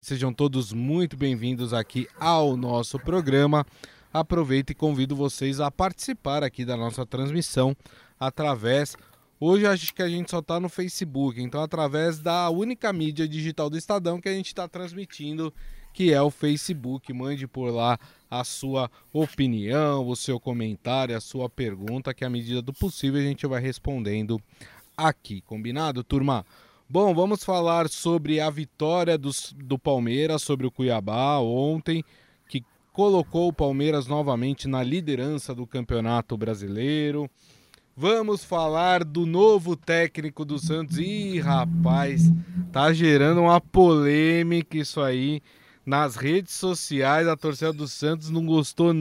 Sejam todos muito bem-vindos aqui ao nosso programa. Aproveito e convido vocês a participar aqui da nossa transmissão através... Hoje acho que a gente só está no Facebook, então através da única mídia digital do Estadão que a gente está transmitindo, que é o Facebook. Mande por lá a sua opinião, o seu comentário, a sua pergunta, que à medida do possível a gente vai respondendo aqui. Combinado, turma? Bom, vamos falar sobre a vitória do Palmeiras sobre o Cuiabá ontem, que colocou o Palmeiras novamente na liderança do Campeonato Brasileiro. Vamos falar do novo técnico do Santos. Ih, rapaz, tá gerando uma polêmica isso aí. Nas redes sociais, a torcida do Santos não gostou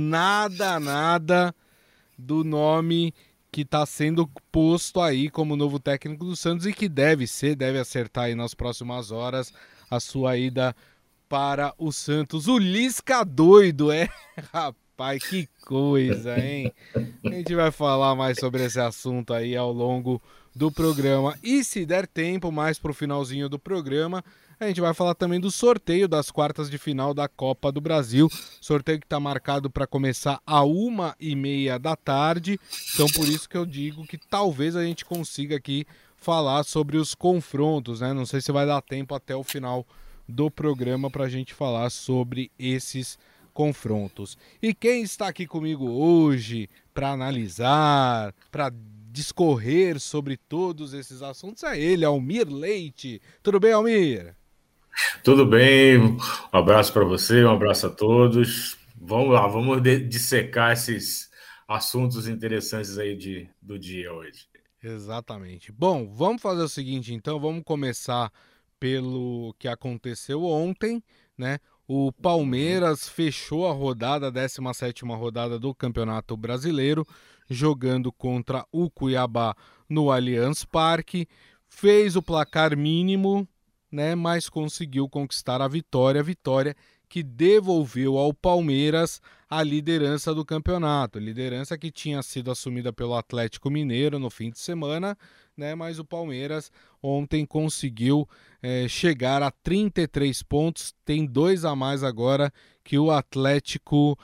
nada do nome que está sendo posto aí como novo técnico do Santos e que deve acertar aí nas próximas horas a sua ida para o Santos. O Lisca doido, rapaz, que coisa, hein? A gente vai falar mais sobre esse assunto aí ao longo do programa. E se der tempo, mais pro finalzinho do programa, a gente vai falar também do sorteio das quartas de final da Copa do Brasil. Sorteio que está marcado para começar às 1h30 da tarde. Então por isso que eu digo que talvez a gente consiga aqui falar sobre os confrontos, né? Não sei se vai dar tempo até o final do programa para a gente falar sobre esses confrontos. E quem está aqui comigo hoje para analisar, para discorrer sobre todos esses assuntos é ele, Almir Leite. Tudo bem, Almir? Tudo bem, um abraço para você, um abraço a todos. Vamos lá, vamos dissecar esses assuntos interessantes aí do dia hoje. Exatamente. Bom, vamos fazer o seguinte então, vamos começar pelo que aconteceu ontem, né? O Palmeiras fechou a rodada, a 17ª rodada do Campeonato Brasileiro, jogando contra o Cuiabá no Allianz Parque, fez o placar mínimo, né, mas conseguiu conquistar a vitória que devolveu ao Palmeiras a liderança do campeonato, liderança que tinha sido assumida pelo Atlético Mineiro no fim de semana, né, mas o Palmeiras ontem conseguiu chegar a 33 pontos, tem 2 a mais agora que o Atlético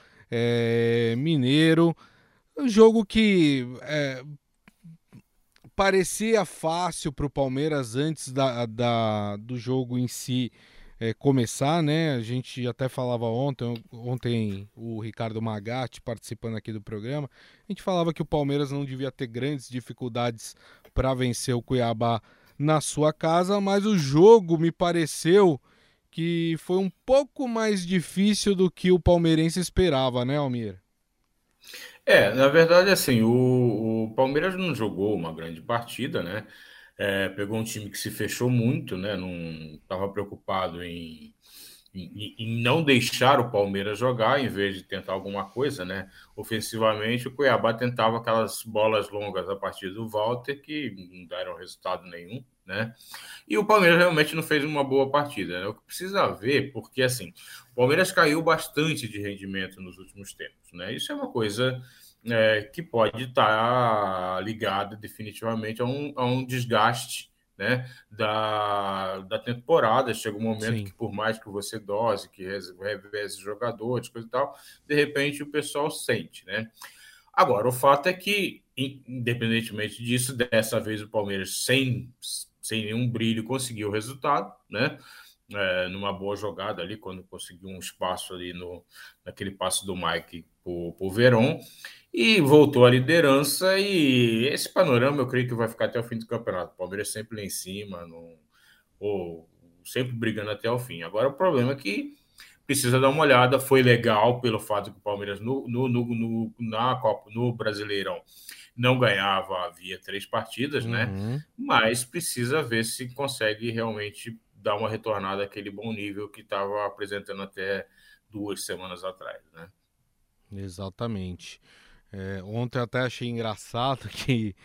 Mineiro. Um jogo que parecia fácil para o Palmeiras antes do jogo em si começar, né? A gente até falava ontem o Ricardo Magatti participando aqui do programa, a gente falava que o Palmeiras não devia ter grandes dificuldades para vencer o Cuiabá na sua casa, mas o jogo me pareceu que foi um pouco mais difícil do que o palmeirense esperava, né, Almir? Na verdade, assim, o Palmeiras não jogou uma grande partida, né? Pegou um time que se fechou muito, né? Não estava preocupado em não deixar o Palmeiras jogar, em vez de tentar alguma coisa, né? Ofensivamente, o Cuiabá tentava aquelas bolas longas a partir do Walter, que não deram resultado nenhum, né? E o Palmeiras realmente não fez uma boa partida, né? O que precisa ver, porque assim, o Palmeiras caiu bastante de rendimento nos últimos tempos, né? Isso é uma coisa que pode estar ligada definitivamente a um desgaste, né, da temporada. Chega um momento Sim. que, por mais que você dose, que reveze jogadores, coisa e tal, de repente o pessoal sente, né? Agora, o fato é que, independentemente disso, dessa vez o Palmeiras, sem nenhum brilho, conseguiu o resultado, né? Numa boa jogada ali, quando conseguiu um espaço ali naquele passo do Mike por Verón, e voltou à liderança. E esse panorama eu creio que vai ficar até o fim do campeonato. O Palmeiras sempre lá em cima, ou sempre brigando até o fim. Agora, o problema é que precisa dar uma olhada. Foi legal pelo fato que o Palmeiras na Copa, no Brasileirão, não ganhava havia 3 partidas, né? Uhum. Mas precisa ver se consegue realmente dar uma retornada àquele bom nível que estava apresentando até 2 semanas atrás, né? Exatamente. Ontem eu até achei engraçado que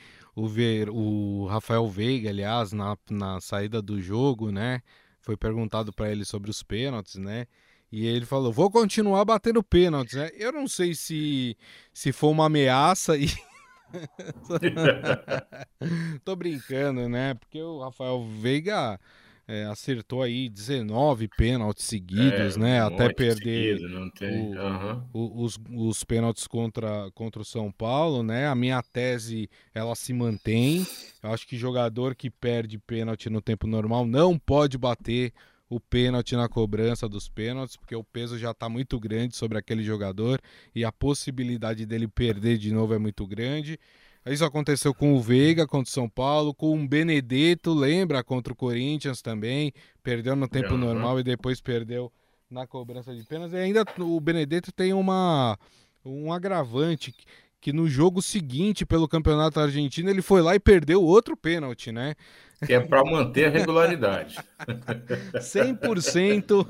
o Rafael Veiga, aliás, na saída do jogo, né, foi perguntado para ele sobre os pênaltis, né, e ele falou: vou continuar batendo pênaltis, né? Eu não sei se foi uma ameaça e tô brincando, né? Porque o Rafael Veiga acertou aí 19 pênaltis seguidos, né? Um Até monte perder seguido, não tem. o, Aham. os pênaltis contra o São Paulo, né? A minha tese, ela se mantém. Eu acho que jogador que perde pênalti no tempo normal não pode bater o pênalti na cobrança dos pênaltis, porque o peso já está muito grande sobre aquele jogador e a possibilidade dele perder de novo é muito grande. Isso aconteceu com o Veiga contra o São Paulo, com o Benedetto, lembra, contra o Corinthians também, perdeu no tempo Aham. normal e depois perdeu na cobrança de pênaltis. E ainda o Benedetto tem um agravante que no jogo seguinte pelo Campeonato Argentino ele foi lá e perdeu outro pênalti, né? Que é para manter a regularidade. 100%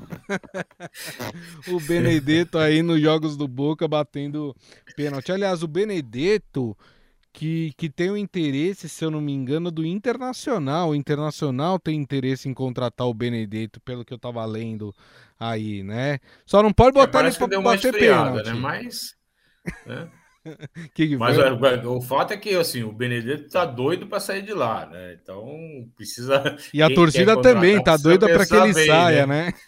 o Benedetto aí nos jogos do Boca batendo pênalti. Aliás, o Benedetto que tem o interesse, se eu não me engano, do Internacional. O Internacional tem interesse em contratar o Benedetto, pelo que eu tava lendo aí, né? Só não pode botar ele Parece que pra deu uma bater esfriada, né? pênalti. Mas, né? Que Mas foi? o fato é que assim, o Benedetto tá doido para sair de lá, né? Então precisa. E a Quem quer torcida também contratar tá precisa doida pra que pensar ele bem, saia, né? né?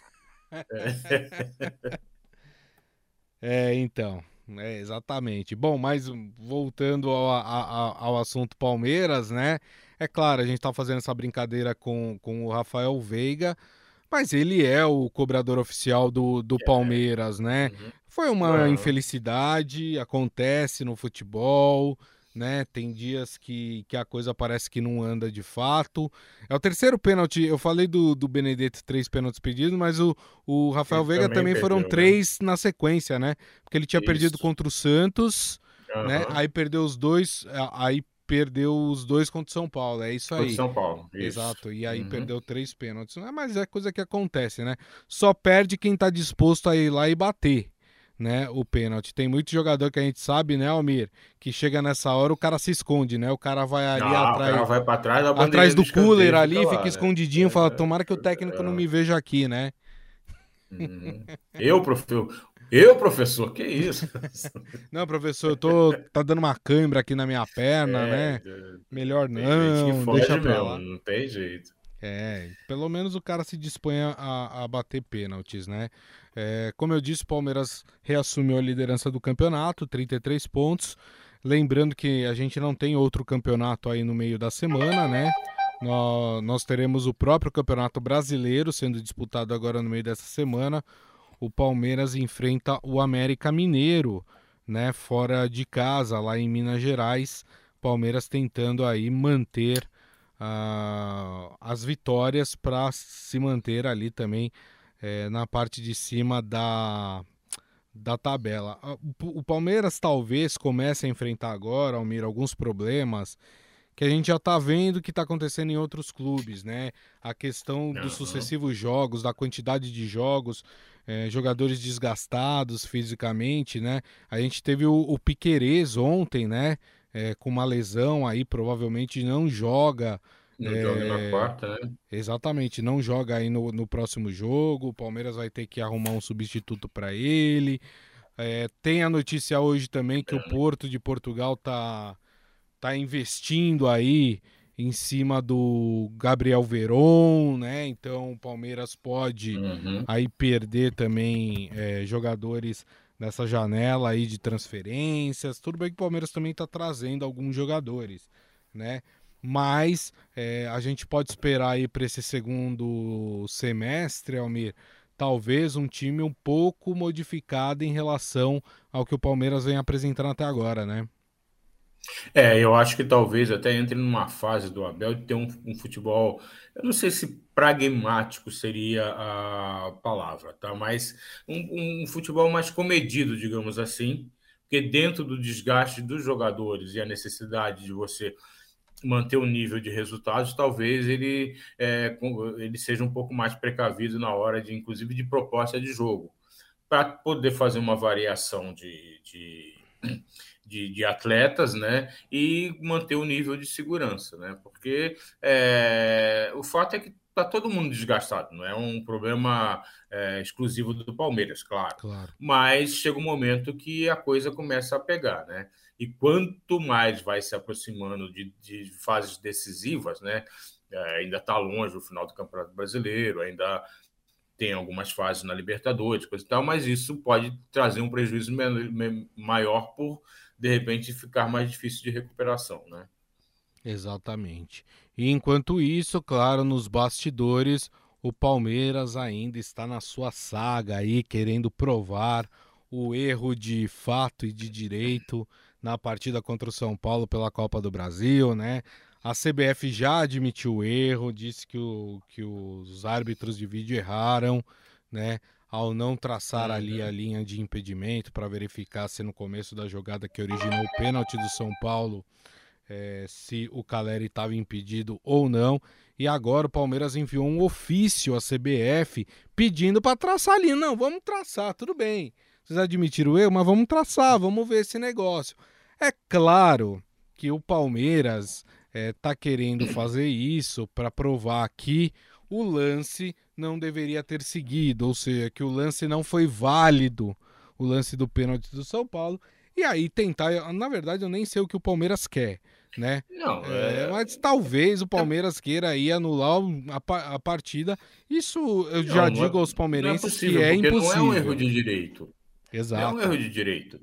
Então. Exatamente. Bom, mas voltando ao assunto Palmeiras, né? É claro, a gente tá fazendo essa brincadeira com o Rafael Veiga, mas ele é o cobrador oficial do Palmeiras, né? Uhum. Foi uma Não, infelicidade, acontece no futebol, né? Tem dias que a coisa parece que não anda de fato. É o terceiro pênalti, eu falei do Benedetto, 3 pênaltis pedidos, mas o Rafael ele Veiga também também foram perdeu, né? 3 na sequência, né? Porque ele tinha perdido Isso. contra o Santos, né? Aham. Aí perdeu os dois, aí perdeu os dois contra o São Paulo, é isso Contra aí. São Paulo, isso. Exato, e aí Uhum. perdeu 3 pênaltis. Mas é coisa que acontece, né? Só perde quem tá disposto a ir lá e bater, né? O pênalti. Tem muito jogador que a gente sabe, né, Almir? Que chega nessa hora, o cara se esconde, né? O cara vai ali Ah, o cara atrás, vai para trás da atrás bandeirinha do do cooler escanteio e fica ali, fica lá, né? escondidinho, fala: tomara que o técnico não me veja aqui, né? Uhum. Eu, professor, que isso? Não, professor, tá dando uma cãibra aqui na minha perna, É, né? Melhor tem gente que não, deixa foge pra mesmo, lá. não tem jeito. Pelo menos o cara se dispõe a bater pênaltis, né? Como eu disse, o Palmeiras reassumiu a liderança do campeonato, 33 pontos. Lembrando que a gente não tem outro campeonato aí no meio da semana, né? Nós teremos o próprio Campeonato Brasileiro sendo disputado agora no meio dessa semana. O Palmeiras enfrenta o América Mineiro, né? Fora de casa, lá em Minas Gerais. Palmeiras tentando aí manter as vitórias para se manter ali também na parte de cima da tabela. O Palmeiras talvez comece a enfrentar agora, Almir, alguns problemas que a gente já está vendo que está acontecendo em outros clubes, né? A questão dos Aham. sucessivos jogos, da quantidade de jogos, jogadores desgastados fisicamente, né? A gente teve o Piquerez ontem, né? Com uma lesão aí, provavelmente não joga. Não joga na é, quarta, né? Exatamente, não joga aí no próximo jogo. O Palmeiras vai ter que arrumar um substituto para ele. Tem a notícia hoje também que o Porto de Portugal tá investindo aí em cima do Gabriel Veron, né? Então o Palmeiras pode Uhum. aí perder também jogadores nessa janela aí de transferências. Tudo bem que o Palmeiras também está trazendo alguns jogadores, né? Mas a gente pode esperar aí para esse segundo semestre, Almir, talvez um time um pouco modificado em relação ao que o Palmeiras vem apresentando até agora, né? Eu acho que talvez até entre numa fase do Abel de ter um futebol, eu não sei se pragmático seria a palavra, tá? Mas um futebol mais comedido, digamos assim, porque dentro do desgaste dos jogadores e a necessidade de você manter o nível de resultados, talvez ele seja um pouco mais precavido na hora de, inclusive, de proposta de jogo, para poder fazer uma variação de atletas, né, e manter o nível de segurança, né, porque o fato é que está todo mundo desgastado, não é um problema exclusivo do Palmeiras, claro, Claro. mas chega um momento que a coisa começa a pegar, né, e quanto mais vai se aproximando de fases decisivas, né, ainda está longe do final do Campeonato Brasileiro, ainda tem algumas fases na Libertadores, coisa e tal, mas isso pode trazer um prejuízo maior por, de repente, ficar mais difícil de recuperação, né? Exatamente. E enquanto isso, claro, nos bastidores, o Palmeiras ainda está na sua saga aí, querendo provar o erro de fato e de direito na partida contra o São Paulo pela Copa do Brasil, né? A CBF já admitiu o erro, disse que os árbitros de vídeo erraram, né? Ao não traçar ali a linha de impedimento para verificar se no começo da jogada que originou o pênalti do São Paulo se o Caleri estava impedido ou não. E agora o Palmeiras enviou um ofício à CBF pedindo para traçar a linha. Não, vamos traçar, tudo bem. Vocês admitiram o erro, mas vamos traçar, vamos ver esse negócio. É claro que o Palmeiras está querendo fazer isso para provar que o lance não deveria ter seguido, ou seja, que o lance não foi válido, o lance do pênalti do São Paulo. E aí tentar, na verdade eu nem sei o que o Palmeiras quer, né? Não, Mas talvez o Palmeiras queira aí anular a partida. Isso eu já digo aos não é palmeirenses que possível, é porque não é um erro impossível. de direito. Não é um Exato. erro de direito.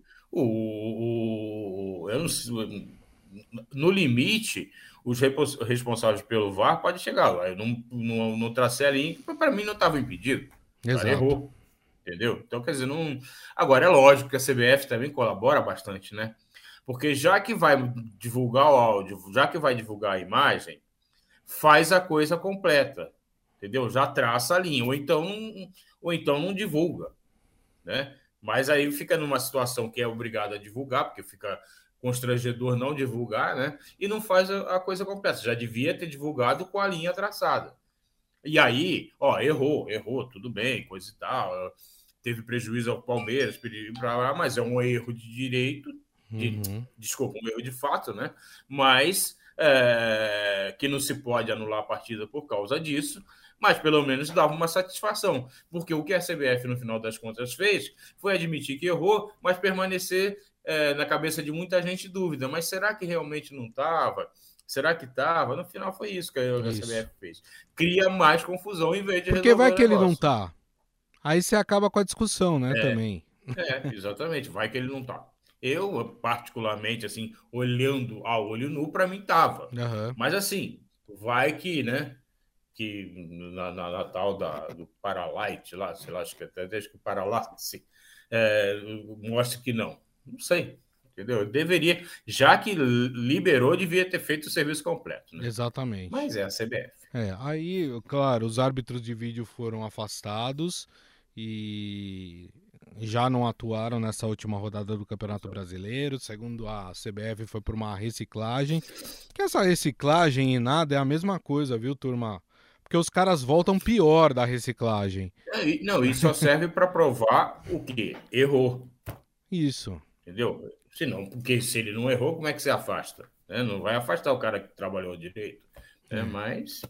Eu não sei, no limite, os responsáveis pelo VAR podem chegar lá. Eu não tracei a linha, para mim não estava impedido. O cara Exato. errou. Entendeu? Então, quer dizer, não. Agora, é lógico que a CBF também colabora bastante, né? Porque já que vai divulgar o áudio, já que vai divulgar a imagem, faz a coisa completa. Entendeu? Já traça a linha. Ou então não divulga, né? Mas aí fica numa situação que é obrigado a divulgar, porque fica constrangedor não divulgar, né? E não faz a coisa completa. Já devia ter divulgado com a linha traçada. E aí, errou, tudo bem, coisa e tal. Teve prejuízo ao Palmeiras, mas é um erro de direito, desculpa, um erro de fato, né? Mas que não se pode anular a partida por causa disso, mas pelo menos dava uma satisfação, porque o que a CBF no final das contas fez foi admitir que errou, mas permanecer na cabeça de muita gente dúvida, mas será que realmente não estava? Será que estava? No final foi isso que a CBF fez. Cria mais confusão em vez de Porque resolver vai o que ele não negócio. tá. Aí você acaba com a discussão, né, também. Exatamente. Vai que ele não tá. Eu, particularmente, assim, olhando a olho nu, para mim tava. Aham. Mas assim, vai que, né? Que na tal do Paralight lá, sei lá, acho que até desde que o Paralaxe mostre que não. Não sei. Entendeu? Deveria, já que liberou, devia ter feito o serviço completo, né? Exatamente. Mas é a CBF. Aí, claro, os árbitros de vídeo foram afastados e já não atuaram nessa última rodada do Campeonato Brasileiro. Segundo a CBF, foi por uma reciclagem. Que essa reciclagem e nada é a mesma coisa, viu, turma? Porque os caras voltam pior da reciclagem. Não, isso só serve para provar o quê? Errou. Isso. Entendeu? Se não, porque se ele não errou, como é que você afasta? Não vai afastar o cara que trabalhou direito. Mas.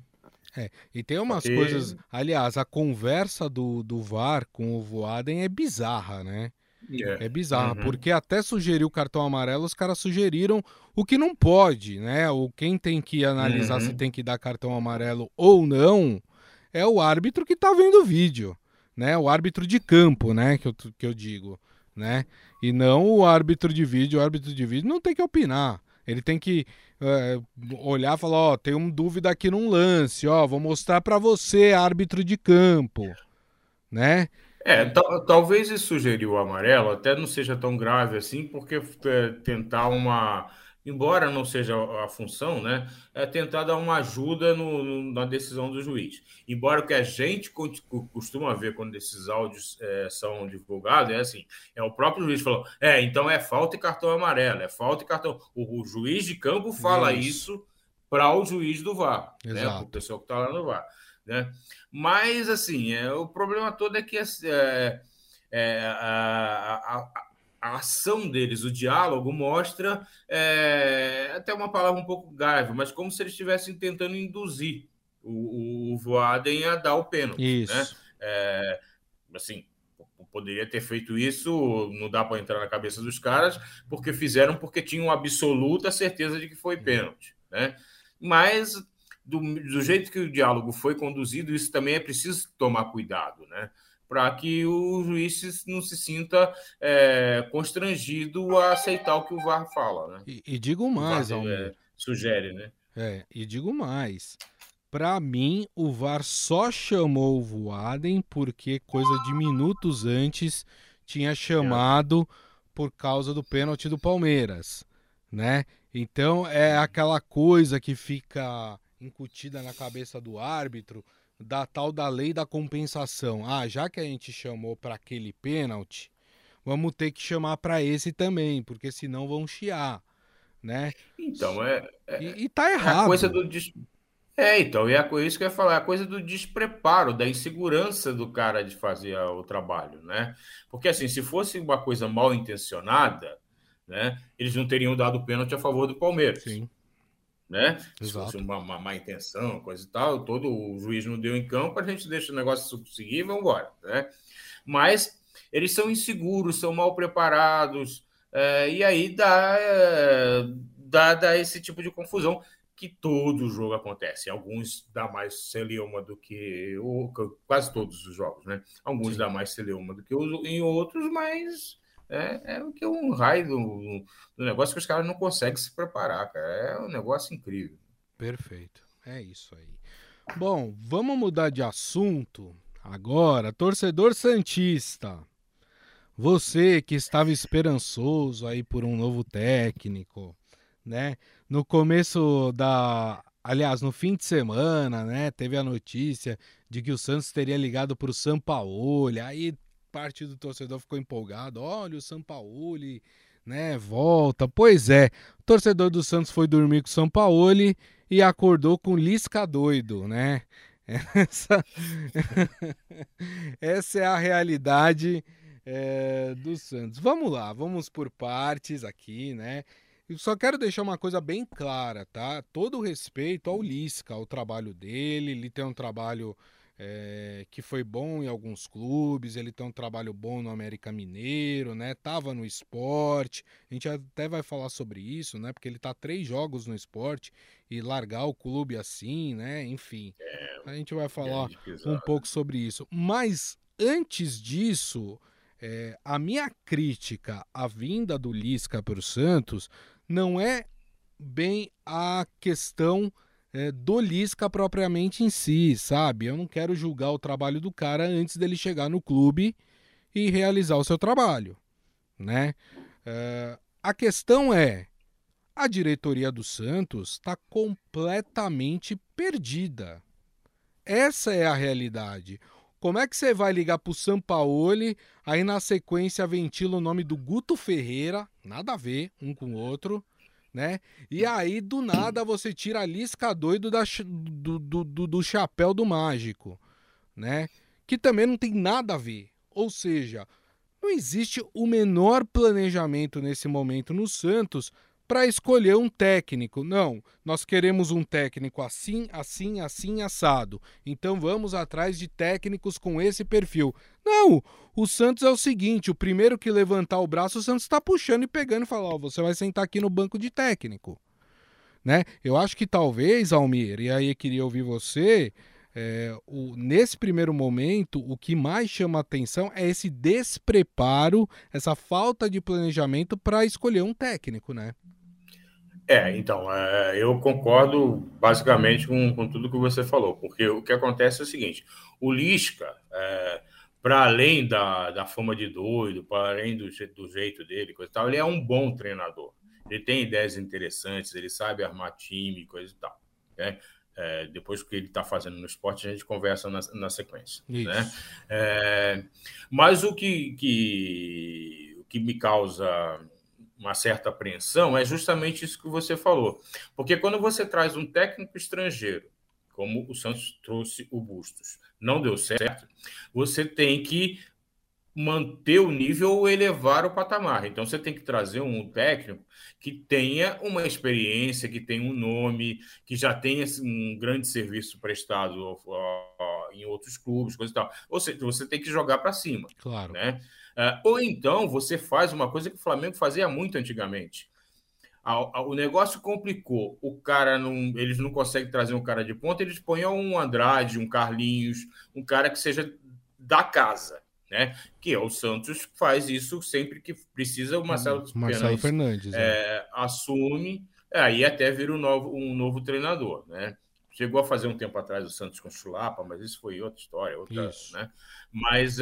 E tem Só umas que. coisas. Aliás, a conversa do VAR com o Voaden é bizarra, né? É bizarra, Uhum. porque até sugerir o cartão amarelo, os caras sugeriram o que não pode, né? O quem tem que analisar se Uhum. tem que dar cartão amarelo ou não é o árbitro que tá vendo o vídeo, né? O árbitro de campo, né? Que eu digo, né? E não o árbitro de vídeo. O árbitro de vídeo não tem que opinar. Ele tem que olhar e falar, ó, tem uma dúvida aqui num lance, ó, vou mostrar pra você, árbitro de campo, né? Talvez isso sugerir o amarelo até não seja tão grave assim, porque tentar uma. Embora não seja a função, né? É tentar dar uma ajuda na decisão do juiz. Embora o que a gente costuma ver quando esses áudios são divulgados é assim: é o próprio juiz falou, então é falta e cartão amarelo, é falta e cartão. O juiz de campo fala Isso, isso para o juiz do VAR, né? Para o exato. pessoal que está lá no VAR, né? Mas, assim, o problema todo é que a ação deles, o diálogo, mostra até uma palavra um pouco grave, mas como se eles estivessem tentando induzir o Voaden a dar o pênalti, né? Isso. Assim, poderia ter feito isso, não dá para entrar na cabeça dos caras, porque fizeram porque tinham absoluta certeza de que foi pênalti, né? Mas do jeito que o diálogo foi conduzido, isso também é preciso tomar cuidado, né? Para que o juiz não se sinta constrangido a aceitar o que o VAR fala, né? E digo O VAR mais, Almir. sugere, né? E digo mais. Para mim, o VAR só chamou o Voaden porque coisa de minutos antes tinha chamado por causa do pênalti do Palmeiras, né? Então é aquela coisa que fica incutida na cabeça do árbitro da tal da lei da compensação. Ah, já que a gente chamou para aquele pênalti, vamos ter que chamar para esse também, porque senão vão chiar, né? Então, E tá é a coisa errado. do então, isso que eu ia falar, a coisa do despreparo, da insegurança do cara de fazer o trabalho, né? Porque, assim, se fosse uma coisa mal intencionada, né, eles não teriam dado o pênalti a favor do Palmeiras, Sim, né? Se fosse exato. uma má intenção, coisa e tal, todo o juiz não deu em campo, a gente deixa o negócio seguir e vamos embora, né? Mas eles são inseguros, são mal preparados, e aí dá esse tipo de confusão que todo jogo acontece. Alguns dá mais celeuma do que quase todos os jogos, né? Alguns Sim. dá mais celeuma do que em outros, mas o que é um raio do negócio que os caras não conseguem se preparar, cara. É um negócio incrível. Perfeito. É isso aí. Bom, vamos mudar de assunto agora. Torcedor santista, você que estava esperançoso aí por um novo técnico, né? No começo aliás, no fim de semana, né, teve a notícia de que o Santos teria ligado para o Sampaoli. Aí parte do torcedor ficou empolgado. Olha, o Sampaoli, né, volta. Pois é, o torcedor do Santos foi dormir com o Sampaoli e acordou com Lisca doido, né? Essa, essa é a realidade do Santos. Vamos lá, vamos por partes aqui, né? Eu só quero deixar uma coisa bem clara, tá? Todo o respeito ao Lisca, ao trabalho dele. Ele tem um trabalho que foi bom em alguns clubes, ele tem um trabalho bom no América Mineiro, né? Tava no esporte. A gente até vai falar sobre isso, né? Porque ele tá 3 jogos no esporte e largar o clube assim, né? Enfim, a gente vai falar Grande um pisada. pouco sobre isso. Mas antes disso, a minha crítica à vinda do Lisca para o Santos não é bem a questão do Lisca propriamente em si, sabe? Eu não quero julgar o trabalho do cara antes dele chegar no clube e realizar o seu trabalho, né? A questão é, a diretoria do Santos está completamente perdida. Essa é a realidade. Como é que você vai ligar pro Sampaoli, aí na sequência ventila o nome do Guto Ferreira, nada a ver um com o outro, né? E aí, do nada, você tira a Lisca doido do chapéu do mágico, né? Que também não tem nada a ver. Ou seja, não existe o menor planejamento nesse momento no Santos para escolher um técnico. Não, nós queremos um técnico assim, assim, assim, assado. Então vamos atrás de técnicos com esse perfil. Não, o Santos é o seguinte: o primeiro que levantar o braço, o Santos está puxando e pegando e fala: ó, você vai sentar aqui no banco de técnico. Né? Eu acho que talvez, Almir, e aí eu queria ouvir você, nesse primeiro momento, o que mais chama atenção é esse despreparo, essa falta de planejamento para escolher um técnico, né? Então, eu concordo basicamente com tudo que você falou, porque o que acontece é o seguinte: o Lisca, para além da fama de doido, para além do jeito dele, coisa e tal, ele é um bom treinador. Ele tem ideias interessantes, ele sabe armar time, coisa e tal. Né? Depois do que ele está fazendo no esporte, a gente conversa na sequência. Né? Isso. Mas o que me causa uma certa apreensão é justamente isso que você falou. Porque quando você traz um técnico estrangeiro, como o Santos trouxe o Bustos, não deu certo, você tem que manter o nível ou elevar o patamar. Então você tem que trazer um técnico que tenha uma experiência, que tenha um nome, que já tenha um grande serviço prestado em outros clubes, coisa e tal. Ou seja, você tem que jogar para cima, Claro. né? Ou então você faz uma coisa que o Flamengo fazia muito antigamente. O negócio complicou. Eles não conseguem trazer um cara de ponta, eles põem um Andrade, um Carlinhos, um cara que seja da casa, né? Que é o Santos faz isso sempre que precisa. O Marcelo Marcelo Fernandes Fernandes, assume, aí até vira um novo treinador, né? Chegou a fazer um tempo atrás o Santos com o Chulapa, mas isso foi outra história, Isso. né? Mas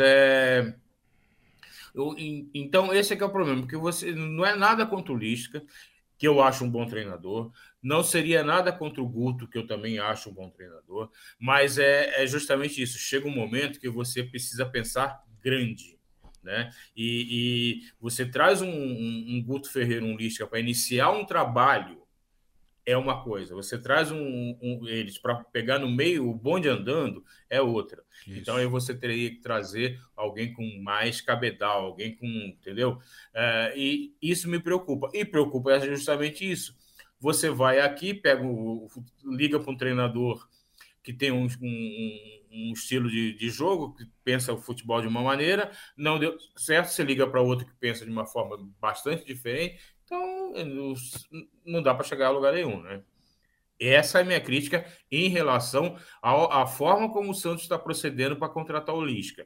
então esse é que é o problema, porque você não é nada contra o Lisca, que eu acho um bom treinador. Não seria nada contra o Guto, que eu também acho um bom treinador. Mas é justamente isso. Chega um momento que você precisa pensar grande. Né? E você traz um Guto Ferreira, um Lisca, para iniciar um trabalho, é uma coisa. Você traz eles para pegar no meio, o bonde andando, é outra. Então aí Isso. você teria que trazer alguém com mais cabedal, alguém com, entendeu? E isso me preocupa. E preocupa justamente isso. Você vai aqui, liga para um treinador que tem um estilo de jogo, que pensa o futebol de uma maneira, não deu certo, você liga para outro que pensa de uma forma bastante diferente, então não dá para chegar a lugar nenhum, né? Essa é a minha crítica em relação à forma como o Santos está procedendo para contratar o Lisca.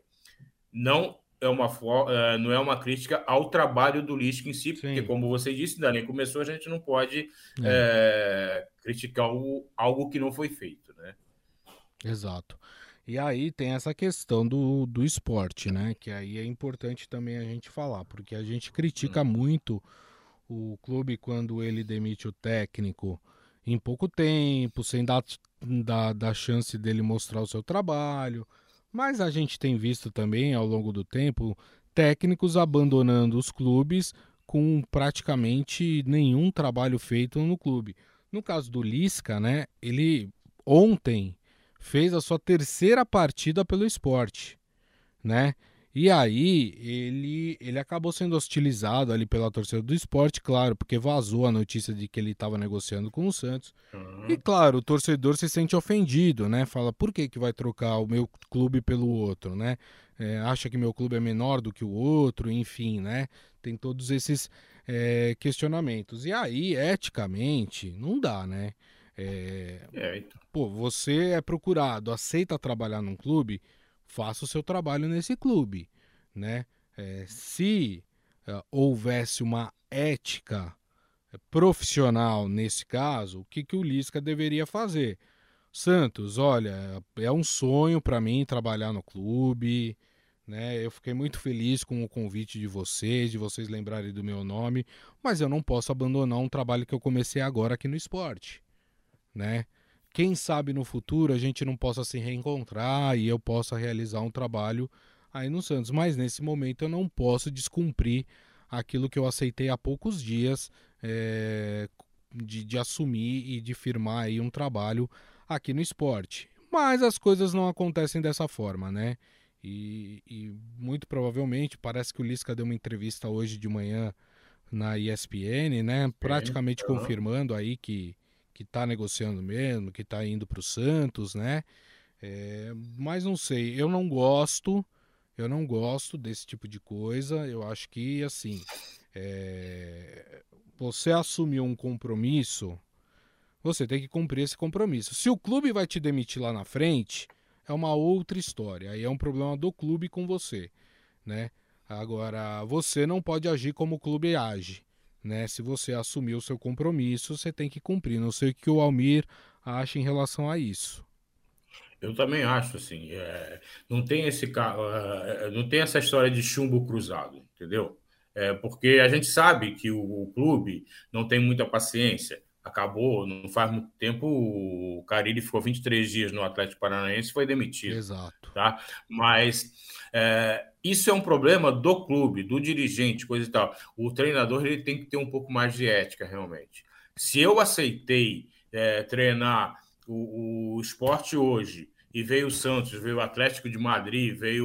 Não é uma crítica ao trabalho do Lisca em si, porque, Sim. como você disse, ainda nem começou, a gente não pode É, criticar algo que não foi feito, né? exato. E aí tem essa questão do esporte, né? Que aí é importante também a gente falar, porque a gente critica muito o clube quando ele demite o técnico em pouco tempo, sem dar chance dele mostrar o seu trabalho. Mas a gente tem visto também, ao longo do tempo, técnicos abandonando os clubes com praticamente nenhum trabalho feito no clube. No caso do Lisca, né, ele ontem fez a sua terceira partida pelo esporte, né? E aí ele acabou sendo hostilizado ali pela torcida do esporte, claro, porque vazou a notícia de que ele estava negociando com o Santos. E Uhum. claro, o torcedor se sente ofendido, né? Fala, por que vai trocar o meu clube pelo outro, né? Acha que meu clube é menor do que o outro, enfim, né? Tem todos esses questionamentos. E aí, eticamente, não dá, né? Então. Pô, você é procurado, aceita trabalhar num clube, faça o seu trabalho nesse clube, né? Se houvesse uma ética profissional nesse caso, o que o Lisca deveria fazer? Santos, olha, é um sonho para mim trabalhar no clube, né? Eu fiquei muito feliz com o convite de vocês lembrarem do meu nome, mas eu não posso abandonar um trabalho que eu comecei agora aqui no esporte, né? Quem sabe no futuro a gente não possa se reencontrar e eu possa realizar um trabalho aí no Santos, mas nesse momento eu não posso descumprir aquilo que eu aceitei há poucos dias de assumir e de firmar aí um trabalho aqui no esporte. Mas as coisas não acontecem dessa forma, né? E muito provavelmente, parece que o Lisca deu uma entrevista hoje de manhã na ESPN, né? Praticamente Uhum. confirmando aí que tá negociando mesmo, que tá indo para o Santos, né? Mas não sei, eu não gosto desse tipo de coisa. Eu acho que assim, você assumiu um compromisso, você tem que cumprir esse compromisso. Se o clube vai te demitir lá na frente, é uma outra história. Aí é um problema do clube com você, né? Agora, você não pode agir como o clube age, né? Se você assumiu o seu compromisso, você tem que cumprir. Não sei o que o Almir acha em relação a isso. Eu também acho assim, não tem não tem essa história de chumbo cruzado, entendeu? Porque a gente sabe que o clube não tem muita paciência. Acabou, não faz muito tempo, o Carille ficou 23 dias no Atlético Paranaense e foi demitido, Exato. tá? Mas isso é um problema do clube, do dirigente, coisa e tal. O treinador ele tem que ter um pouco mais de ética, realmente. Se eu aceitei treinar o esporte hoje e veio o Santos, veio o Atlético de Madrid, veio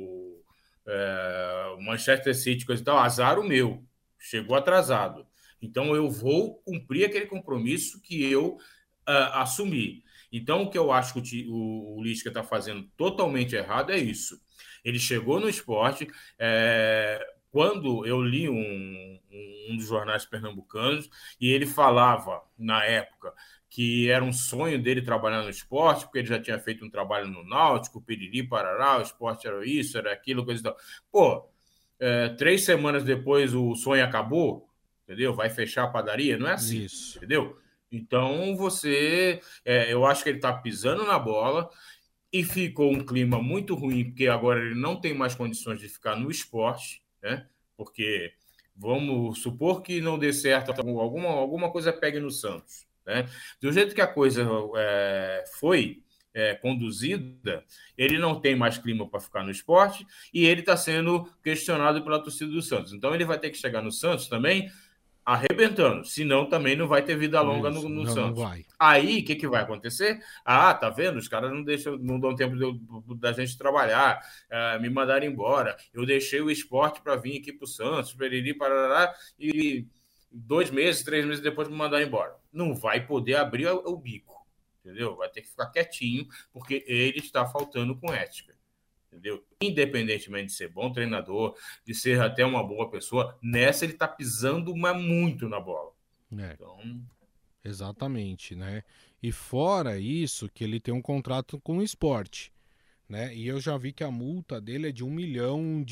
o Manchester City, coisa e tal, azar o meu, chegou atrasado. Então eu vou cumprir aquele compromisso que eu assumi. Então o que eu acho que o Lisca está fazendo totalmente errado é isso. Ele chegou no esporte, quando eu li um dos jornais pernambucanos, e ele falava, na época, que era um sonho dele trabalhar no esporte, porque ele já tinha feito um trabalho no Náutico, piriri, parará, o esporte era isso, era aquilo, coisa e tal. Pô, 3 semanas depois o sonho acabou, entendeu? Vai fechar a padaria, não é assim, Isso. entendeu? Então eu acho que ele está pisando na bola e ficou um clima muito ruim, porque agora ele não tem mais condições de ficar no esporte, né? Porque vamos supor que não dê certo, alguma coisa pegue no Santos, né? Do jeito que a coisa foi conduzida, ele não tem mais clima para ficar no esporte e ele está sendo questionado pela torcida do Santos. Então ele vai ter que chegar no Santos também arrebentando, senão também não vai ter vida longa Isso. no Não, não Santos. vai. Aí, o que vai acontecer? Ah, tá vendo? Os caras não dão tempo da gente trabalhar, me mandaram embora. Eu deixei o esporte para vir aqui para o Santos, periri, parará, e 2 meses, 3 meses depois me mandaram embora. Não vai poder abrir o bico, entendeu? Vai ter que ficar quietinho, porque ele está faltando com ética. Entendeu? Independentemente de ser bom treinador, de ser até uma boa pessoa, nessa ele está pisando muito na bola. Então, Exatamente, né? E fora isso, que ele tem um contrato com o esporte, né? E eu já vi que a multa dele é de R$ 1 milhão.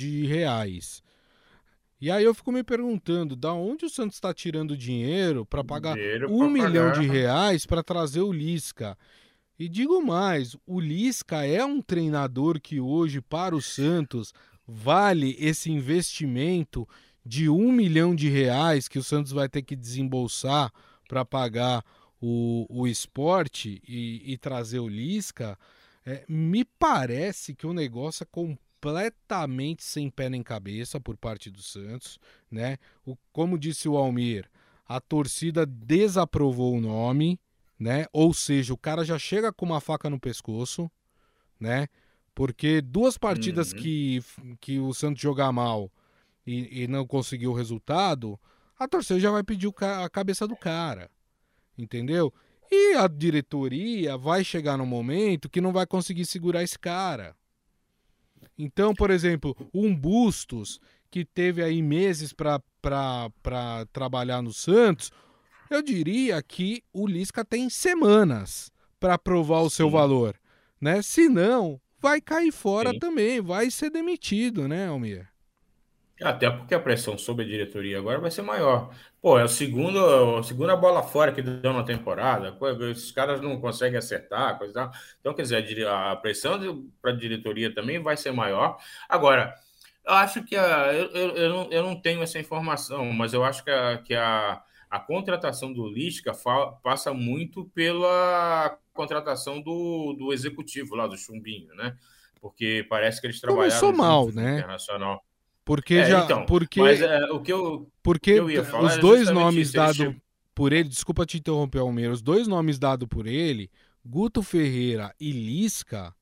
E aí eu fico me perguntando, da onde o Santos está tirando dinheiro para pagar dinheiro R$ 1 para milhão pagar. para trazer o Lisca? E digo mais, o Lisca é um treinador que hoje, para o Santos, vale esse investimento de R$ 1 milhão que o Santos vai ter que desembolsar para pagar o esporte e trazer o Lisca. Me parece que o negócio é completamente sem pé nem cabeça por parte do Santos, né? Como disse o Almir, a torcida desaprovou o nome, né? Ou seja, o cara já chega com uma faca no pescoço, né? Porque 2 partidas que o Santos jogar mal e não conseguiu o resultado, a torcida já vai pedir a cabeça do cara, entendeu? E a diretoria vai chegar num momento que não vai conseguir segurar esse cara. Então, por exemplo, um Bustos, que teve aí meses para trabalhar no Santos, eu diria que o Lisca tem semanas para provar o seu Sim, valor, né? Se não, vai cair fora sim. também, vai ser demitido, né, Almir? Até porque a pressão sobre a diretoria agora vai ser maior. Pô, é a segunda bola fora que deu na temporada. Pô, esses caras não conseguem acertar, coisa e tal. Então, quer dizer, a pressão para a diretoria também vai ser maior. Agora, eu acho que eu não tenho essa informação, mas eu acho que a contratação do Lisca passa muito pela contratação do executivo lá, do Chumbinho, né? Porque parece que eles Começou trabalharam mal, juntos no né? Internacional. Porque já, Então, mas porque, o que eu ia falar os era dois justamente nomes isso. Ele dados chegou. por ele, desculpa te interromper, Almir, os dois nomes dados por ele, Guto Ferreira e Lisca,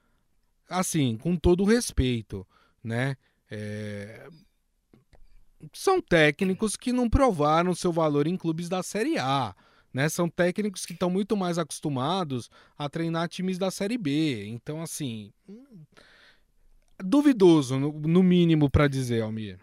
assim, com todo o respeito, né? É, são técnicos que não provaram seu valor em clubes da Série A. Né? São técnicos que estão muito mais acostumados a treinar times da Série B. Então, assim, duvidoso, no mínimo, para dizer, Almir.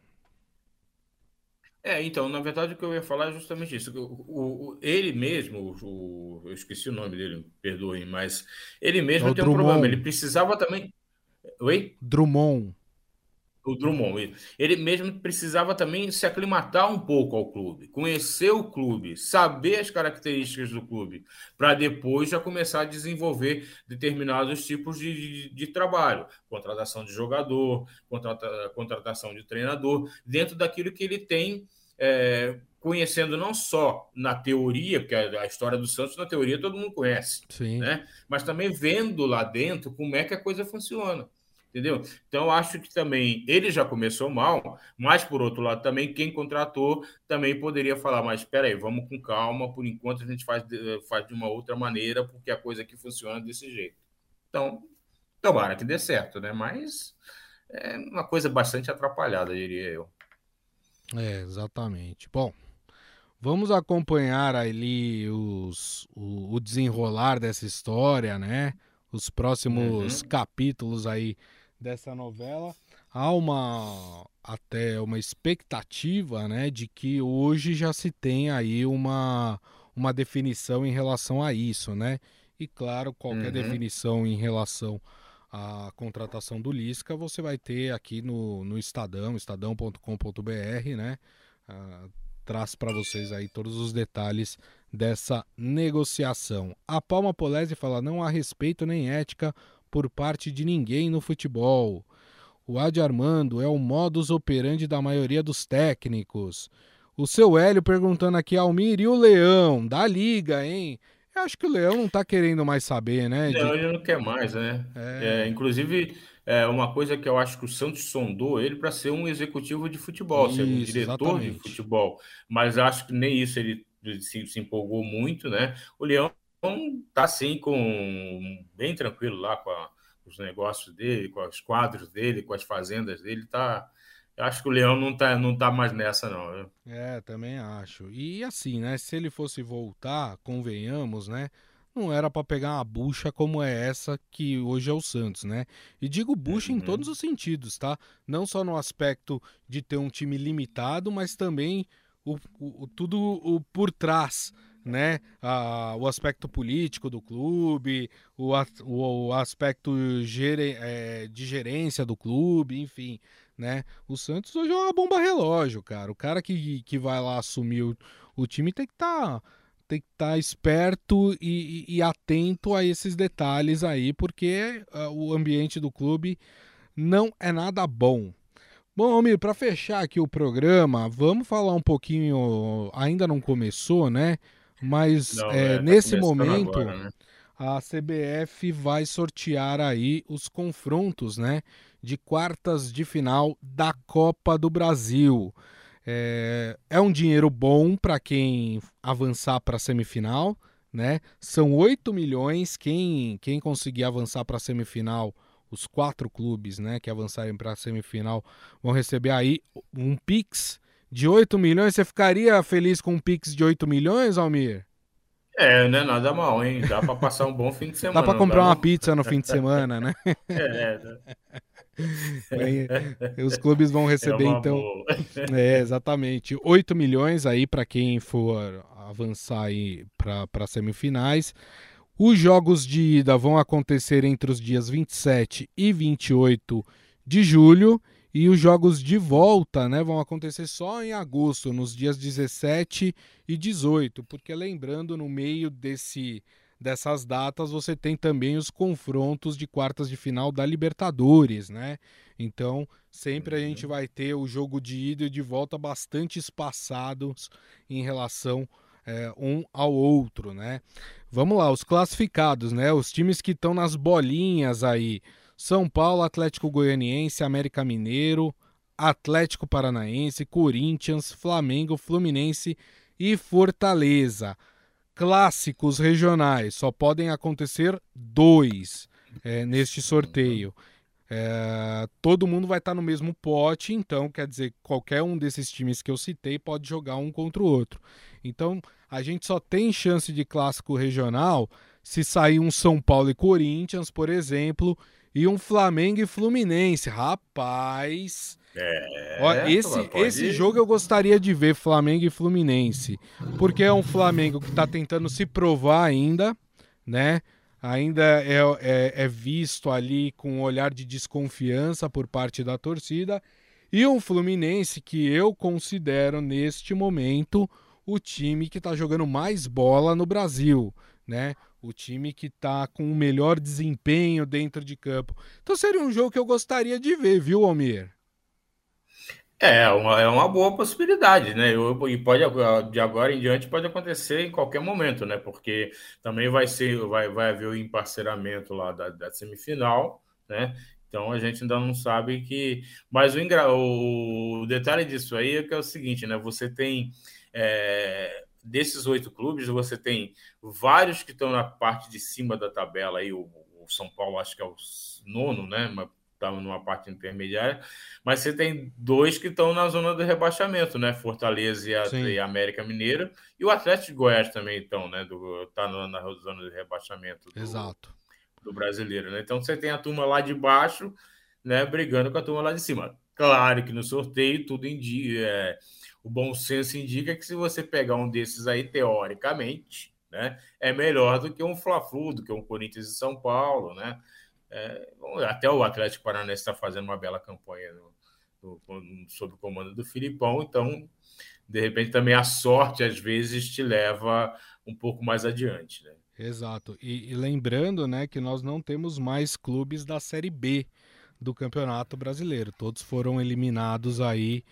Então, na verdade, o que eu ia falar é justamente isso. Ele mesmo, eu esqueci o nome dele, perdoem, mas ele É mesmo o tem um problema. Ele Drummond. precisava também. Oi? Drummond. O Drummond. Ele mesmo precisava também se aclimatar um pouco ao clube, conhecer o clube, saber as características do clube, para depois já começar a desenvolver determinados tipos de trabalho, contratação de jogador, contratação de treinador, dentro daquilo que ele tem, conhecendo não só na teoria, porque a história do Santos, na teoria, todo mundo conhece, Sim. né? Mas também vendo lá dentro como é que a coisa funciona. Entendeu? Então, acho que também ele já começou mal, mas, por outro lado, também quem contratou também poderia falar, mas espera aí, vamos com calma, por enquanto a gente faz de uma outra maneira, porque a coisa aqui funciona desse jeito. Então, tomara que dê certo, né? Mas é uma coisa bastante atrapalhada, diria eu. Exatamente. Bom, vamos acompanhar ali o desenrolar dessa história, né? Os próximos Uhum. capítulos aí dessa novela. Há até uma expectativa, né, de que hoje já se tem aí uma definição em relação a isso, né? E claro, qualquer Uhum. definição em relação à contratação do Lisca, você vai ter aqui no Estadão, estadão.com.br, né? Ah, traz para vocês aí todos os detalhes dessa negociação. A Palma Polese fala: não há respeito nem ética por parte de ninguém no futebol. O Adi Armando é o modus operandi da maioria dos técnicos. O seu Hélio perguntando aqui, Almir, e o Leão? Da Liga, hein? Eu acho que o Leão não tá querendo mais saber, né? Não, ele não quer mais, né? É, Inclusive, uma coisa que eu acho que o Santos sondou ele para ser um executivo de futebol, ser um isso, diretor de exatamente. futebol, mas acho que nem isso ele se empolgou muito, né? O Leão tá assim bem tranquilo lá os negócios dele, com os quadros dele, com as fazendas dele, tá. Eu acho que o Leão não tá mais nessa, não, né? É, também acho. E assim, né? Se ele fosse voltar, convenhamos, né? Não era pra pegar uma bucha como é essa que hoje é o Santos, né? E digo bucha em todos Uhum. os sentidos, tá? Não só no aspecto de ter um time limitado, mas também tudo o por trás, né? O aspecto político do clube, o aspecto de gerência do clube, enfim, né? O Santos hoje é uma bomba relógio, cara. O cara que vai lá assumir o time tem que estar esperto e atento a esses detalhes aí, porque o ambiente do clube não é nada bom. Bom, Almir, para fechar aqui o programa, vamos falar um pouquinho. Ainda não começou, né? Mas Não, tá nesse começando momento agora, né? a CBF vai sortear aí os confrontos, né, de quartas de final da Copa do Brasil. É um dinheiro bom para quem avançar para a semifinal, né? São 8 milhões quem conseguir avançar para a semifinal. Os quatro clubes, né, que avançarem para a semifinal vão receber aí um Pix de 8 milhões. Você ficaria feliz com um Pix de 8 milhões, Almir? Não é nada mal, hein? Dá para passar um bom fim de Dá semana, para não dá comprar uma não? pizza no fim de semana, né? É, Os clubes vão é receber uma então, boa. exatamente, 8 milhões aí para quem for avançar aí para semifinais. Os jogos de ida vão acontecer entre os dias 27 e 28 de julho e os jogos de volta, né, vão acontecer só em agosto, nos dias 17 e 18, porque lembrando, no meio dessas datas você tem também os confrontos de quartas de final da Libertadores, né? Então, sempre a gente Uhum. vai ter o jogo de ida e de volta bastante espaçados em relação um ao outro, né? Vamos lá, os classificados, né? Os times que estão nas bolinhas aí. São Paulo, Atlético Goianiense, América Mineiro, Atlético Paranaense, Corinthians, Flamengo, Fluminense e Fortaleza. Clássicos regionais, só podem acontecer dois neste Uhum. sorteio. Todo mundo vai estar no mesmo pote, então quer dizer, qualquer um desses times que eu citei pode jogar um contra o outro. Então a gente só tem chance de clássico regional se sair um São Paulo e Corinthians, por exemplo, e um Flamengo e Fluminense. Rapaz, ó, esse Pode. jogo eu gostaria de ver Flamengo e Fluminense, porque é um Flamengo que está tentando se provar ainda, né? Ainda é visto ali com um olhar de desconfiança por parte da torcida, e um Fluminense que eu considero neste momento o time que está jogando mais bola no Brasil, né? O time que está com o melhor desempenho dentro de campo. Então seria um jogo que eu gostaria de ver, viu, Almir? É uma boa possibilidade, né? E pode, de agora em diante, pode acontecer em qualquer momento, né? Porque também vai haver o emparceramento lá da semifinal, né? Então a gente ainda não sabe que. Mas o detalhe disso aí é que é o seguinte, né? Você tem desses 8 clubes, você tem vários que estão na parte de cima da tabela aí, o São Paulo acho que é o nono, né? Mas está numa parte intermediária, mas você tem dois que estão na zona do rebaixamento, né? Fortaleza e Sim, a América Mineiro. E o Atlético de Goiás também estão, né? Tá na zona de rebaixamento exato. do brasileiro, né? Então você tem a turma lá de baixo, né? Brigando com a turma lá de cima. Claro que no sorteio tudo indica, o bom senso indica que se você pegar um desses aí, teoricamente, né, é melhor do que um Fla-Flu, do que um Corinthians e São Paulo, né? Até o Atlético Paranaense está fazendo uma bela campanha sob o comando do Filipão, então, de repente, também a sorte, às vezes, te leva um pouco mais adiante, né? Exato. E lembrando, né, que nós não temos mais clubes da Série B do Campeonato Brasileiro. Todos foram eliminados aí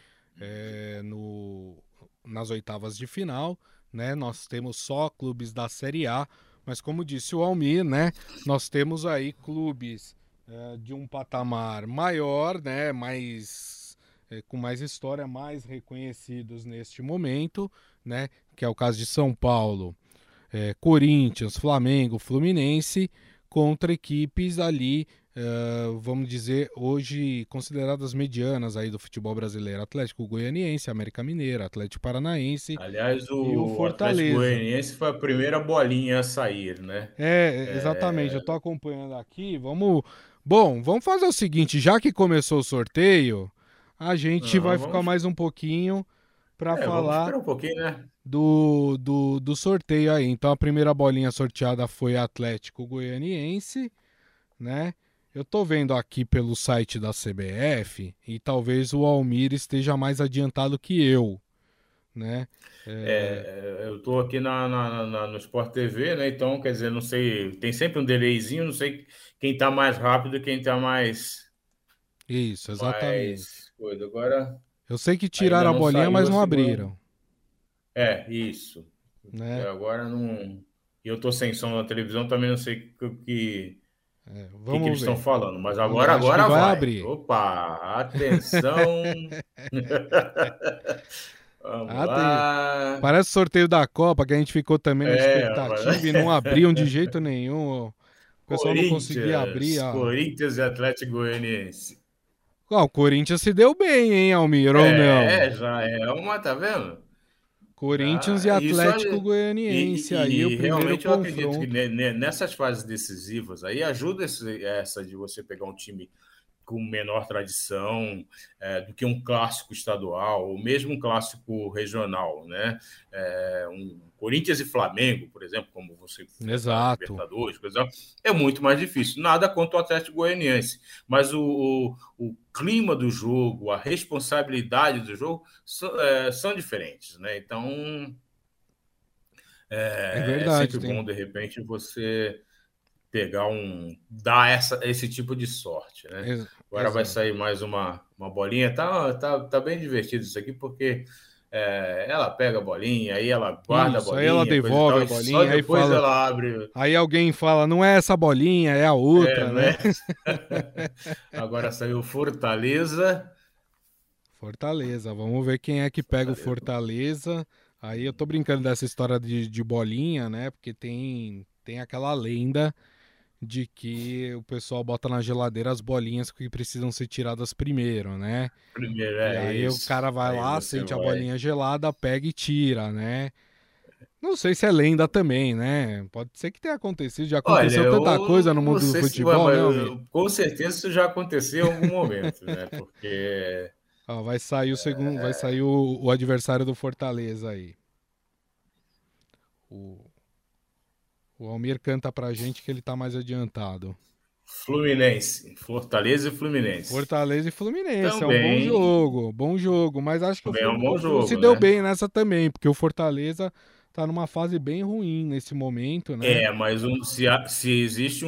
nas oitavas de final, né? Nós temos só clubes da Série A, mas como disse o Almir, né, nós temos aí clubes de um patamar maior, né, com mais história, mais reconhecidos neste momento, né, que é o caso de São Paulo, Corinthians, Flamengo, Fluminense, contra equipes ali, vamos dizer, hoje consideradas medianas aí do futebol brasileiro. Atlético Goianiense, América Mineira, Atlético Paranaense Aliás, e o o Atlético Fortaleza. Goianiense foi a primeira bolinha a sair, né? Exatamente, eu estou acompanhando aqui. Vamos fazer o seguinte, já que começou o sorteio, a gente vai ficar Vamos, mais um pouquinho para vamos falar esperar um pouquinho, né? do sorteio aí. Então a primeira bolinha sorteada foi Atlético Goianiense, né? Eu tô vendo aqui pelo site da CBF e talvez o Almir esteja mais adiantado que eu, né? Eu estou aqui no Sport TV, né? Então, quer dizer, não sei, tem sempre um delayzinho, não sei quem está mais rápido e quem está Isso, exatamente. mais coisa. Agora, Eu sei que ainda tiraram a não bolinha, saiu mas a não segunda. abriram, Isso. né? Agora não. E eu estou sem som na televisão, também não sei o que eles Vamos estão ver. falando, mas Vamos ver. agora, Acho que agora vai vai. abrir. Opa, atenção. Vamos Ah, tem. lá. Parece o sorteio da Copa, que a gente ficou também na expectativa e não Mas... abriam de jeito nenhum. O pessoal não conseguia abrir Corinthians, a. Corinthians e Atlético Goianiense. O Corinthians se deu bem, hein, Almir, ou não? Já é uma, tá vendo? Corinthians e Isso Atlético aí. Goianiense, aí o E primeiro realmente eu acredito que confronto. nessas fases decisivas aí ajuda essa de você pegar um time com menor tradição do que um clássico estadual, ou mesmo um clássico regional, né? Um Corinthians e Flamengo, por exemplo, como você está na Exato. Libertadores, coisa, é muito mais difícil. Nada contra o Atlético Goianiense, mas o clima do jogo, a responsabilidade do jogo são diferentes, né? Então É é verdade, sempre tem. bom, de repente, você dar esse tipo de sorte, né? Agora vai Exato. sair mais uma bolinha. Tá bem divertido isso aqui, porque ela pega a bolinha, aí ela guarda a Isso, aí ela bolinha, coisa e devolve tal, a e só bolinha, aí depois fala. ela abre. Aí alguém fala, não é essa bolinha, é a outra, Não né? é? Agora saiu o Fortaleza. Fortaleza, vamos ver quem é que pega o Fortaleza. Aí eu tô brincando dessa história de bolinha, né? Porque tem aquela lenda de que o pessoal bota na geladeira as bolinhas que precisam ser tiradas primeiro, né? Primeiro, E é aí o isso. cara vai Aí lá, você sente a vai. bolinha gelada, pega e tira, né? Não sei se é lenda também, né? Pode ser que tenha acontecido, já Olha, aconteceu tanta coisa eu no não mundo do sei se. futebol, né, Almir? Com certeza isso já aconteceu em algum momento, né? Porque. Ó, vai sair o segundo, vai sair o adversário do Fortaleza aí. O, o Almir canta pra gente que ele tá mais adiantado. Fluminense, Fortaleza e Fluminense. Fortaleza e Fluminense, é um Também, bom jogo, mas acho que também é um bom o Flu se jogo, deu né? bem nessa também, porque o Fortaleza tá numa fase bem ruim nesse momento, né? Mas se existe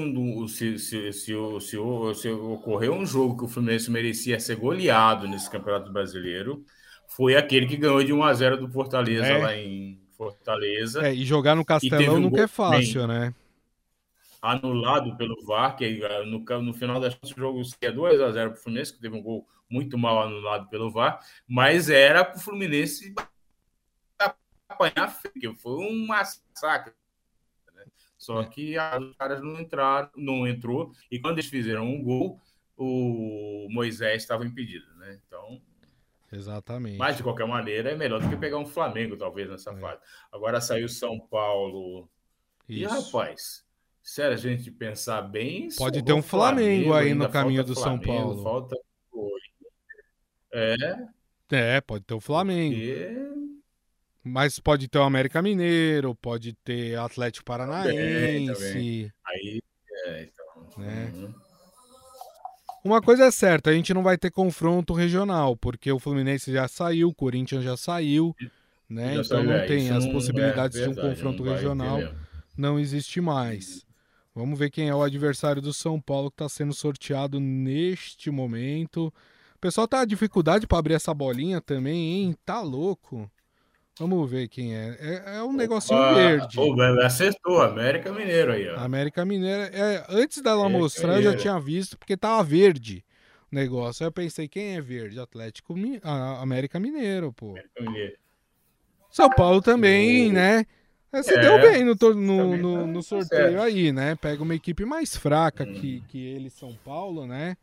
se ocorreu um jogo que o Fluminense merecia ser goleado nesse Campeonato Brasileiro, foi aquele que ganhou de 1-0 do Fortaleza É, lá em Fortaleza e jogar no e teve Castelão um nunca é gol fácil, também né? anulado pelo VAR, que no final das contas o jogo é 2-0 para o Fluminense, que teve um gol muito mal anulado pelo VAR, mas era para o Fluminense apanhar feio, foi um massacre. Só É, que os caras não entraram, não entrou, e quando eles fizeram um gol, o Moisés estava impedido, né? Então, mas de exatamente. qualquer maneira é melhor do que pegar um Flamengo, talvez, nessa É, fase. Agora saiu São Paulo. E isso. rapaz, sério, a gente pensar bem, Pode ter sobrou um Flamengo Flamengo, aí no ainda caminho falta do São Flamengo, Paulo. falta. É, Pode ter o Flamengo. porque Mas pode ter o América Mineiro, pode ter Atlético também. Paranaense, Aí, então. né? Uma coisa é certa, a gente não vai ter confronto regional, porque o Fluminense já saiu, o Corinthians já saiu, né? Já Então saiu, não tem isso as não é possibilidades de um verdade, confronto não vai ter regional, mesmo. não existe mais. Vamos ver quem é o adversário do São Paulo que está sendo sorteado neste momento. O pessoal tá com dificuldade para abrir essa bolinha também, hein? Tá louco. Vamos ver quem é. É um negocinho Opa, verde. acertou, América Mineiro aí, ó. América Mineira. Antes dela América mostrar, eu já Mineiro. tinha visto, porque tava verde o negócio. Aí eu pensei, quem é verde? América Mineiro, pô. América Mineiro. São Paulo também, O, né? Se deu bem também tá, no tá sorteio certo. aí, né? Pega uma equipe mais fraca Hum, que ele, São Paulo, né?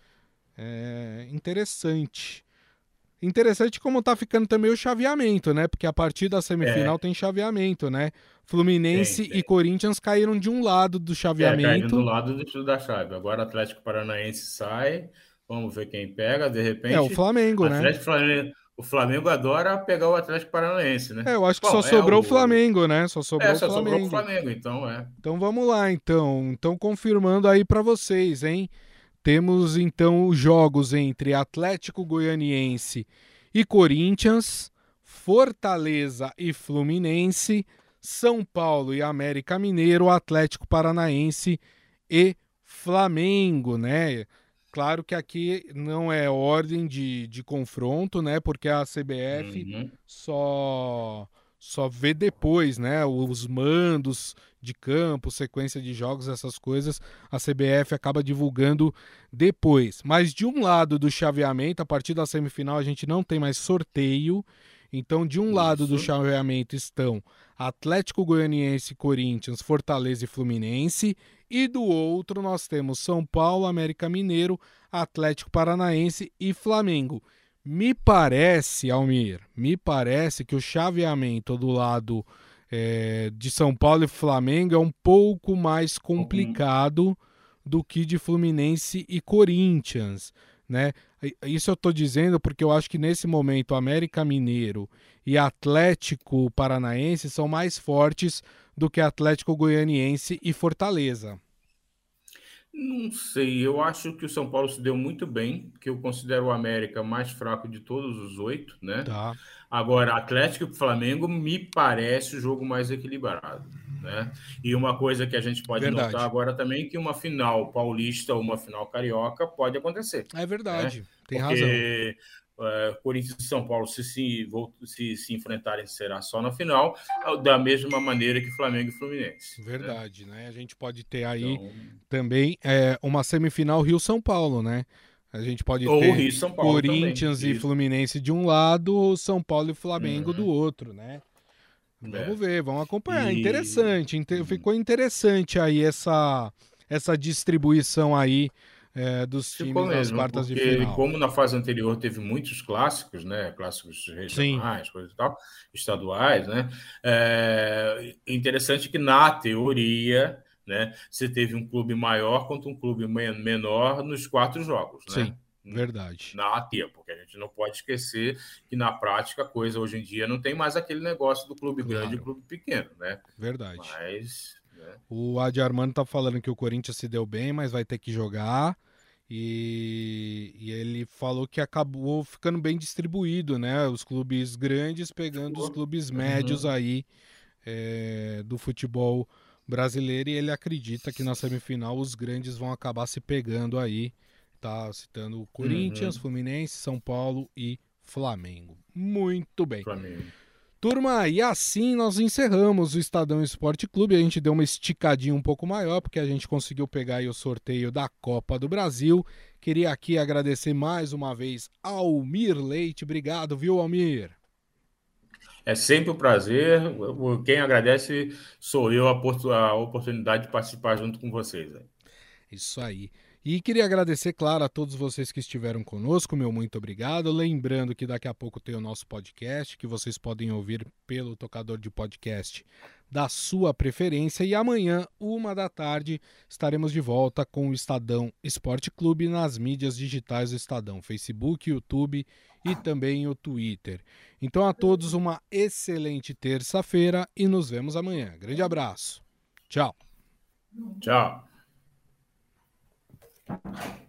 Interessante. Interessante como tá ficando também o chaveamento, né? Porque a partir da semifinal é, tem chaveamento, né? tem, Fluminense e tem. Corinthians caíram de um lado do Caindo do chaveamento. lado da chave. Agora o Atlético Paranaense sai. Vamos ver quem pega. De O repente, Flamengo, né? O Flamengo adora pegar o Atlético Paranaense, né? Eu acho que só Bom, sobrou o Flamengo, né? Só sobrou o só sobrou o Flamengo. Flamengo, então Então vamos lá, então. Então confirmando aí pra vocês, hein? Temos então os jogos entre Atlético Goianiense e Corinthians, Fortaleza e Fluminense, São Paulo e América Mineiro, Atlético Paranaense e Flamengo, né? Claro que aqui não é ordem de confronto, né? Porque a CBF Uhum. só vê depois, né? Os mandos de campo, sequência de jogos, essas coisas, a CBF acaba divulgando depois. Mas de um lado do chaveamento, a partir da semifinal, a gente não tem mais sorteio. Então, de um lado do Isso. chaveamento estão Atlético Goianiense, Corinthians, Fortaleza e Fluminense. E do outro nós temos São Paulo, América Mineiro, Atlético Paranaense e Flamengo. Me parece, Almir, que o chaveamento do lado de São Paulo e Flamengo é um pouco mais Algum- complicado do que de Fluminense e Corinthians, né? Isso eu estou dizendo porque eu acho que nesse momento América Mineiro e Atlético Paranaense são mais fortes do que Atlético Goianiense e Fortaleza. Não sei, eu acho que o São Paulo se deu muito bem, que eu considero o América mais fraco de todos os oito, né? Tá, Agora, Atlético e Flamengo me parece o jogo mais equilibrado, né? E uma coisa que a gente pode notar verdade. agora também é que uma final paulista ou uma final carioca pode acontecer, É né? verdade, tem razão. Porque Corinthians e São Paulo, se enfrentarem, será só na final, da mesma maneira que Flamengo e Fluminense, né? Verdade, né? A gente pode ter aí Então, também uma semifinal Rio-São Paulo, né? A gente pode ou ter Rio e São Paulo também, Corinthians e isso. Fluminense de um lado, São Paulo e Flamengo do Uhum, outro, né? Vamos é. ver, vamos acompanhar. E Interessante, ficou interessante aí essa distribuição aí dos ficou times nas mesmo, quartas de porque final. como na fase anterior teve muitos clássicos, né? Clássicos Sim, regionais, coisas e tal, estaduais, né? É interessante que na teoria, né, você teve um clube maior contra um clube menor nos quatro jogos, sim, né? verdade, Na teoria, porque a gente não pode esquecer que na prática a coisa hoje em dia não tem mais aquele negócio do clube grande e claro, clube pequeno, né? verdade. Mas, né? O Adi Armando tá falando que o Corinthians se deu bem, mas vai ter que jogar. E ele falou que acabou ficando bem distribuído, né? Os clubes grandes pegando os clubes médios Uhum, aí do futebol brasileiro. E ele acredita que na semifinal os grandes vão acabar se pegando aí. Tá citando o Corinthians, uhum. Fluminense, São Paulo e Flamengo. Muito bem. Flamengo. Turma, e assim nós encerramos o Estadão Esporte Clube. A gente deu uma esticadinha um pouco maior, porque a gente conseguiu pegar aí o sorteio da Copa do Brasil. Queria aqui agradecer mais uma vez ao Almir Leite. Obrigado, viu, Almir? É sempre um prazer. Quem agradece sou eu a oportunidade de participar junto com vocês. Isso aí. E queria agradecer, claro, a todos vocês que estiveram conosco, meu muito obrigado. Lembrando que daqui a pouco tem o nosso podcast, que vocês podem ouvir pelo tocador de podcast da sua preferência. E amanhã, 13h, estaremos de volta com o Estadão Esporte Clube nas mídias digitais do Estadão, Facebook, YouTube e também o Twitter. Então a todos uma excelente terça-feira e nos vemos amanhã. Grande abraço. Tchau. Tchau.